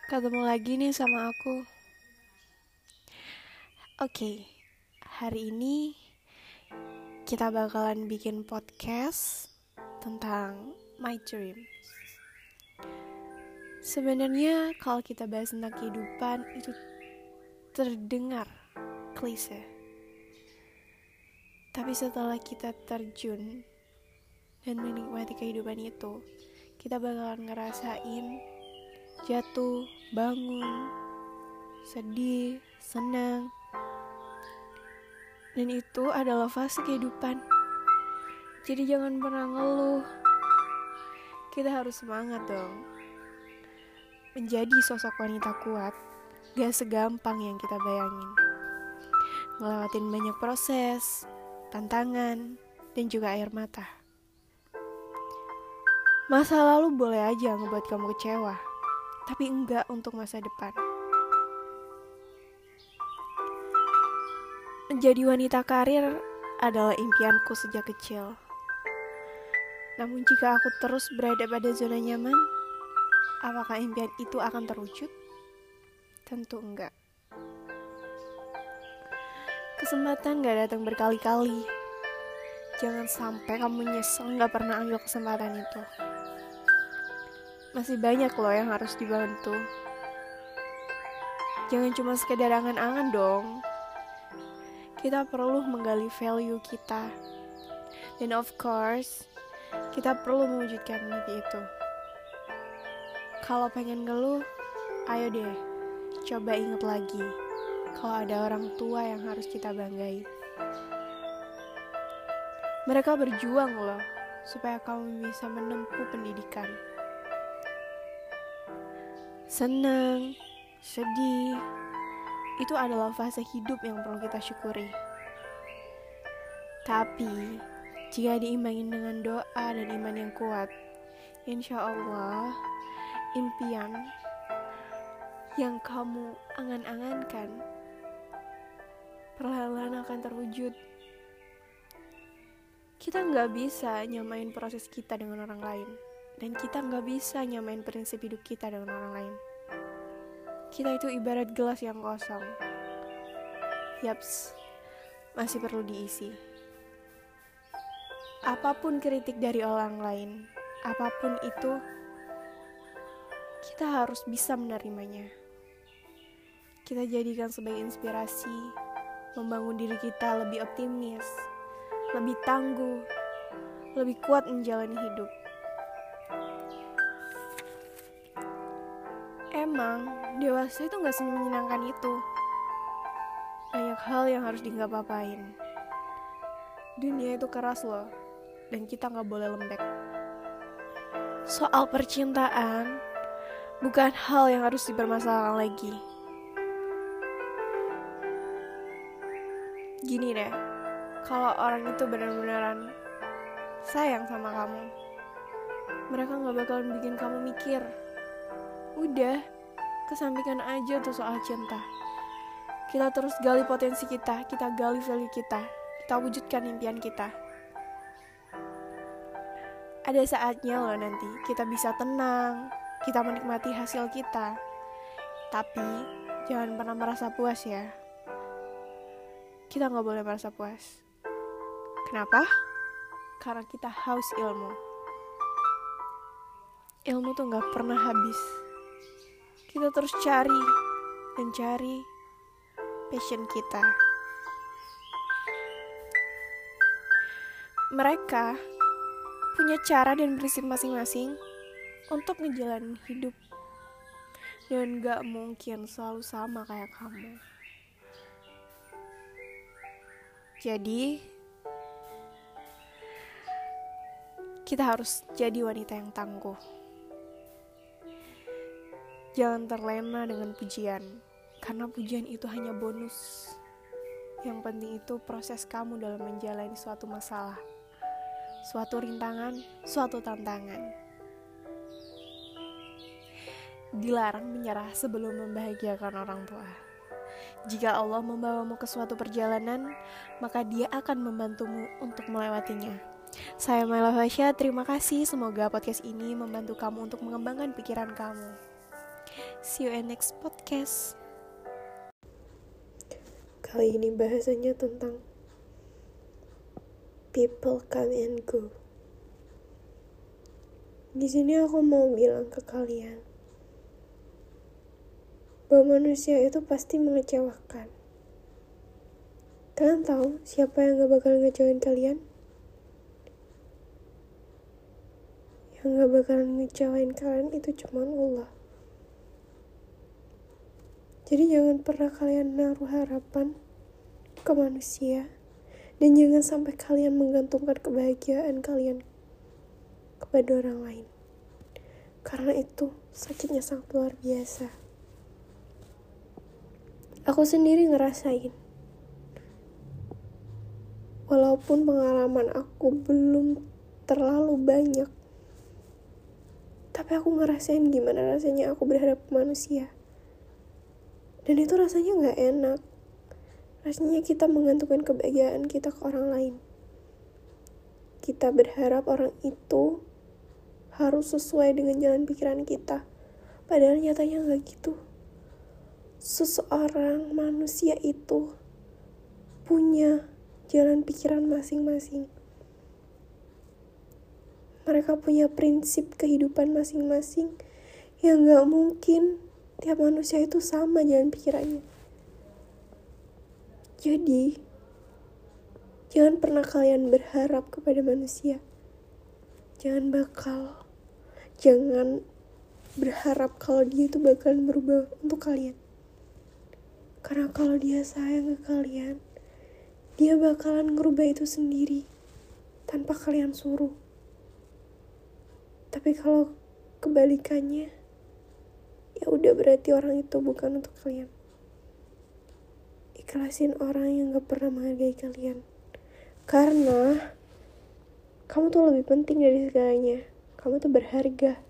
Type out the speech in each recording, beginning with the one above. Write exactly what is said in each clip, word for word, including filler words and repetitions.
Ketemu lagi nih sama aku. Oke, hari ini kita bakalan bikin podcast tentang my dream. Sebenarnya kalau kita bahas tentang kehidupan itu terdengar klise. Tapi setelah kita terjun dan menikmati kehidupan itu, kita bakalan ngerasain jatuh, bangun, sedih, senang. Dan itu adalah fase kehidupan. Jadi jangan pernah ngeluh. Kita harus semangat dong. Menjadi sosok wanita kuat gak segampang yang kita bayangin. Ngelewatin banyak proses, tantangan, dan juga air mata. Masa lalu boleh aja ngebuat kamu kecewa, tapi enggak untuk masa depan. Menjadi wanita karir adalah impianku sejak kecil. Namun jika aku terus berada pada zona nyaman, apakah impian itu akan terwujud? Tentu enggak. Kesempatan gak datang berkali-kali. Jangan sampai kamu nyesel gak pernah ambil kesempatan itu. Masih banyak loh yang harus dibantu. Jangan cuma sekedar angan-angan dong. Kita perlu menggali value kita. Dan of course, kita perlu mewujudkan mimpi itu. Kalau pengen ngeluh, ayo deh, coba inget lagi. Kalau ada orang tua yang harus kita banggai. Mereka berjuang loh, supaya kamu bisa menempuh pendidikan. Senang, sedih, itu adalah fase hidup yang perlu kita syukuri. Tapi, jika diimbangin dengan doa dan iman yang kuat, insya Allah, impian yang kamu angan-angankan perlahan-lahan akan terwujud. Kita nggak bisa nyamain proses kita dengan orang lain, dan kita nggak bisa nyamain prinsip hidup kita dengan orang lain. Kita itu ibarat gelas yang kosong. Yaps, masih perlu diisi. Apapun kritik dari orang lain, apapun itu, kita harus bisa menerimanya. Kita jadikan sebagai inspirasi, membangun diri kita lebih optimis, lebih tangguh, lebih kuat menjalani hidup. Emang, dewasa itu gak semenyenangkan itu. Banyak hal yang harus di gak apa-apain. Dunia itu keras loh, dan kita gak boleh lembek. Soal percintaan, bukan hal yang harus dipermasalahkan lagi. Gini deh, kalau orang itu benar-benaran sayang sama kamu, mereka gak bakalan bikin kamu mikir. Udah, kesampingkan aja tuh soal cinta. Kita terus gali potensi kita, kita gali value kita, kita wujudkan impian kita. Ada saatnya loh nanti kita bisa tenang, kita menikmati hasil kita. Tapi jangan pernah merasa puas ya. Kita gak boleh merasa puas. Kenapa? Karena kita haus ilmu. Ilmu tuh gak pernah habis. Kita terus cari dan cari passion kita. Mereka punya cara dan prinsip masing-masing untuk ngejalanin hidup. Dan gak mungkin selalu sama kayak kamu. Jadi, kita harus jadi wanita yang tangguh. Jangan terlena dengan pujian, karena pujian itu hanya bonus. Yang penting itu proses kamu dalam menjalani suatu masalah, suatu rintangan, suatu tantangan. Dilarang menyerah sebelum membahagiakan orang tua. Jika Allah membawamu ke suatu perjalanan, maka Dia akan membantumu untuk melewatinya. Saya Maila Fasya, terima kasih. Semoga podcast ini membantu kamu untuk mengembangkan pikiran kamu. See you in next podcast. Kali ini bahasanya tentang people come and go. Di sini aku mau bilang ke kalian bahwa manusia itu pasti mengecewakan. Kalian tahu siapa yang gak bakal ngecewain kalian? Yang gak bakal ngecewain kalian itu cuma Allah. Jadi jangan pernah kalian naruh harapan ke manusia, dan jangan sampai kalian menggantungkan kebahagiaan kalian kepada orang lain. Karena itu sakitnya sangat luar biasa. Aku sendiri ngerasain. Walaupun pengalaman aku belum terlalu banyak, tapi aku ngerasain gimana rasanya aku berharap ke manusia. Dan itu rasanya gak enak. Rasanya kita menggantungkan kebahagiaan kita ke orang lain. Kita berharap orang itu harus sesuai dengan jalan pikiran kita. Padahal nyatanya gak gitu. Seseorang manusia itu punya jalan pikiran masing-masing. Mereka punya prinsip kehidupan masing-masing yang gak mungkin tiap manusia itu sama jalan pikirannya. Jadi, jangan pernah kalian berharap kepada manusia. Jangan bakal, jangan berharap kalau dia itu bakalan berubah untuk kalian. Karena kalau dia sayang ke kalian, dia bakalan ngerubah itu sendiri tanpa kalian suruh. Tapi kalau kebalikannya, ya udah berarti orang itu bukan untuk kalian. Ikhlasin orang yang gak pernah menghargai kalian. Karena kamu tuh lebih penting dari segalanya. Kamu tuh berharga.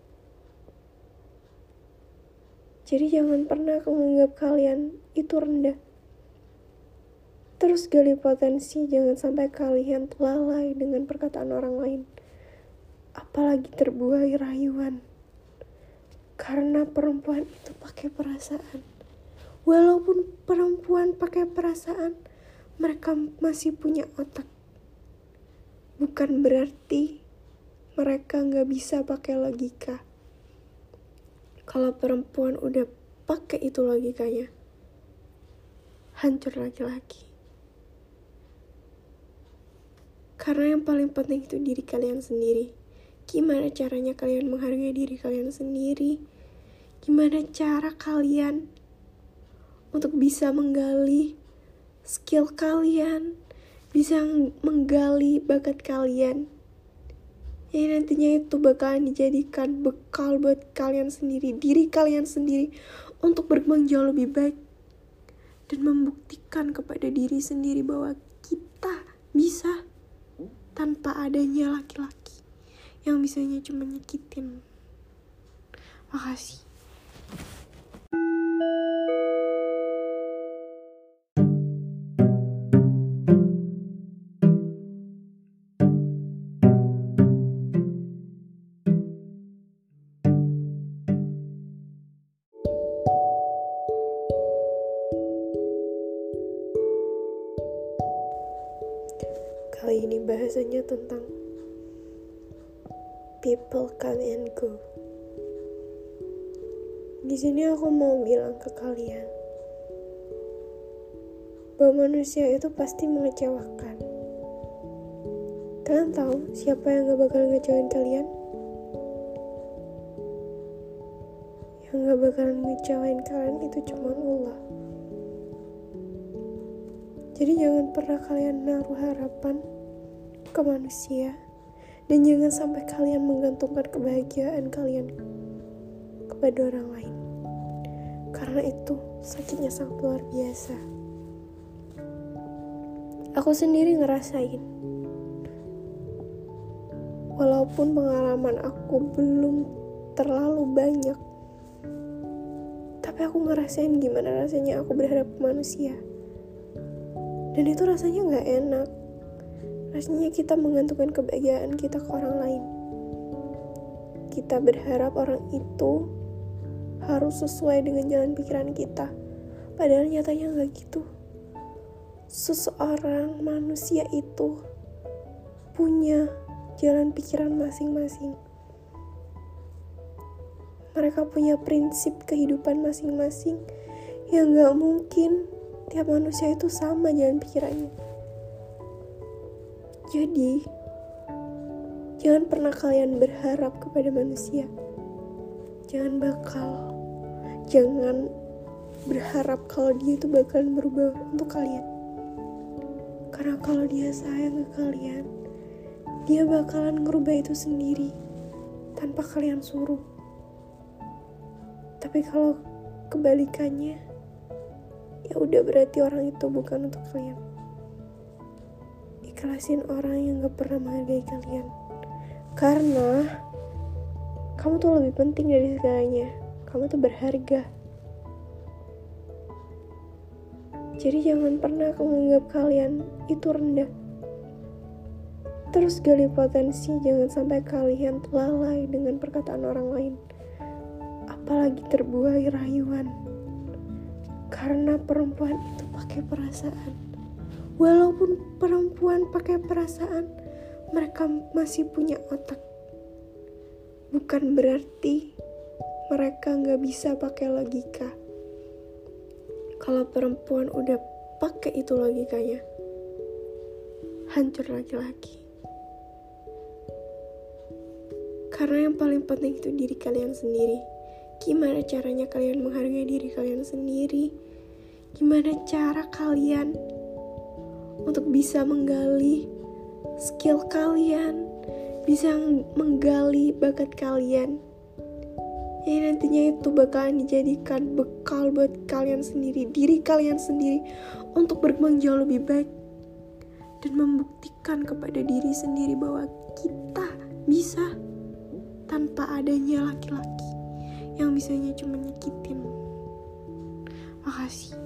Jadi jangan pernah menganggap kalian itu rendah. Terus gali potensi, jangan sampai kalian lalai dengan perkataan orang lain. Apalagi terbuai rayuan. Karena perempuan itu pakai perasaan. Walaupun perempuan pakai perasaan, mereka masih punya otak. Bukan berarti mereka gak bisa pakai logika. Kalau perempuan udah pakai itu logikanya, hancur laki-laki. Karena yang paling penting itu diri kalian sendiri. Gimana caranya kalian menghargai diri kalian sendiri? Gimana cara kalian untuk bisa menggali skill kalian, bisa menggali bakat kalian, yang nantinya itu bakalan dijadikan bekal buat kalian sendiri, diri kalian sendiri, untuk berkembang jauh lebih baik dan membuktikan kepada diri sendiri bahwa kita bisa tanpa adanya laki-laki yang bisanya cuma nyakitin. Makasih. Kali ini bahasanya tentang people come and go. Di sini aku mau bilang ke kalian bahwa manusia itu pasti mengecewakan. Kalian tahu siapa yang gak bakal ngecewain kalian? Yang gak bakal ngecewain kalian itu cuma Allah. Jadi jangan pernah kalian naruh harapan ke manusia, dan jangan sampai kalian menggantungkan kebahagiaan kalian kepada orang lain. Karena itu sakitnya sangat luar biasa. Aku sendiri ngerasain. Walaupun pengalaman aku belum terlalu banyak, tapi aku ngerasain gimana rasanya aku berharap ke manusia. Dan itu rasanya gak enak. Rasanya kita menggantungkan kebahagiaan kita ke orang lain. Kita berharap orang itu harus sesuai dengan jalan pikiran kita. Padahal nyatanya nggak gitu. Seseorang manusia itu punya jalan pikiran masing-masing. Mereka punya prinsip kehidupan masing-masing yang gak mungkin tiap manusia itu sama jalan pikirannya. Jadi, jangan pernah kalian berharap kepada manusia. Jangan bakal, jangan berharap kalau dia itu bakalan berubah untuk kalian. Karena kalau dia sayang ke kalian, dia bakalan ngerubah itu sendiri tanpa kalian suruh. Tapi kalau kebalikannya, ya udah berarti orang itu bukan untuk kalian. Ikhlasin orang yang gak pernah menghargai kalian. Karena kamu tuh lebih penting dari segalanya. Kamu tuh berharga. Jadi jangan pernah menganggap kalian itu rendah. Terus gali potensi, jangan sampai kalian lalai dengan perkataan orang lain. Apalagi terbuai rayuan. Karena perempuan itu pakai perasaan. Walaupun perempuan pakai perasaan, mereka masih punya otak. Bukan berarti mereka gak bisa pakai logika. Kalau perempuan udah pakai itu logikanya, hancur laki-laki. Karena yang paling penting itu diri kalian sendiri. Gimana caranya kalian menghargai diri kalian sendiri? Gimana cara kalian untuk bisa menggali skill kalian, bisa menggali bakat kalian, yang nantinya itu bakalan dijadikan bekal buat kalian sendiri, diri kalian sendiri, untuk berkembang jauh lebih baik dan membuktikan kepada diri sendiri bahwa kita bisa tanpa adanya laki-laki yang bisanya cuma nyakitin. Makasih.